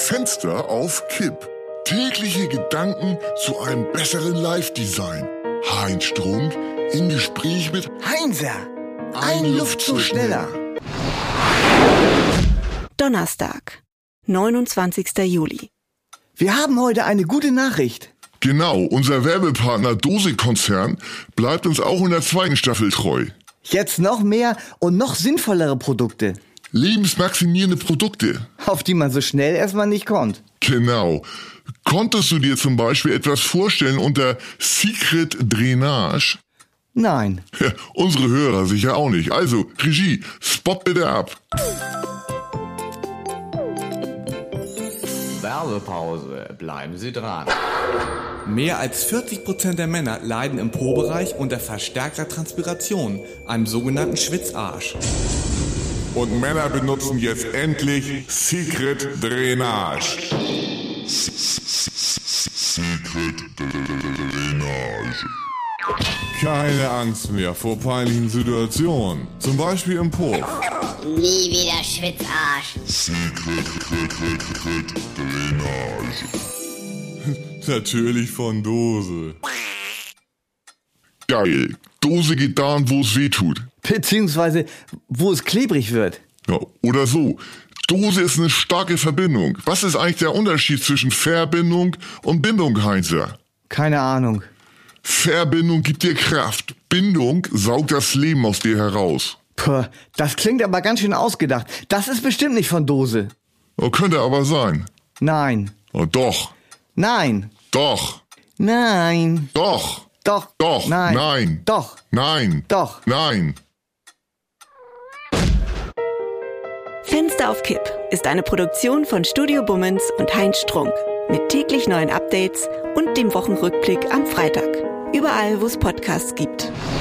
Fenster auf Kipp. Tägliche Gedanken zu einem besseren Live-Design. Heinz Strunk im Gespräch mit Heinzer, ein Luftzug schneller. Donnerstag, 29. Juli. Wir haben heute eine gute Nachricht. Genau, unser Werbepartner Dose-Konzern bleibt uns auch in der zweiten Staffel treu. Jetzt noch mehr und noch sinnvollere Produkte. Lebensmaximierende Produkte. Auf die man so schnell erstmal nicht kommt. Genau. Konntest du dir zum Beispiel etwas vorstellen unter Secret Drainage? Nein. Ja, unsere Hörer sicher auch nicht. Also, Regie, Spot bitte ab. Werbepause. Bleiben Sie dran. Mehr als 40% der Männer leiden im Po-Bereich unter verstärkter Transpiration, einem sogenannten Schwitzarsch. Und Männer benutzen jetzt endlich Secret Drainage. Secret Drainage. Keine Angst mehr vor peinlichen Situationen. Zum Beispiel im Po. Nie wieder Schwitzarsch. Secret Drainage. Natürlich von Dose. Geil. Dose geht dahin, wo es weh tut. Beziehungsweise, wo es klebrig wird. Ja, oder so. Dose ist eine starke Verbindung. Was ist eigentlich der Unterschied zwischen Verbindung und Bindung, Heinzer? Keine Ahnung. Verbindung gibt dir Kraft. Bindung saugt das Leben aus dir heraus. Puh, das klingt aber ganz schön ausgedacht. Das ist bestimmt nicht von Dose. Oh, könnte aber sein. Nein. Oh, doch. Nein. Doch. Nein. Doch. Doch. Doch. Nein. Nein. Doch. Nein. Doch. Nein. Fenster auf Kipp ist eine Produktion von Studio Bummens und Heinz Strunk. Mit täglich neuen Updates und dem Wochenrückblick am Freitag. Überall, wo es Podcasts gibt.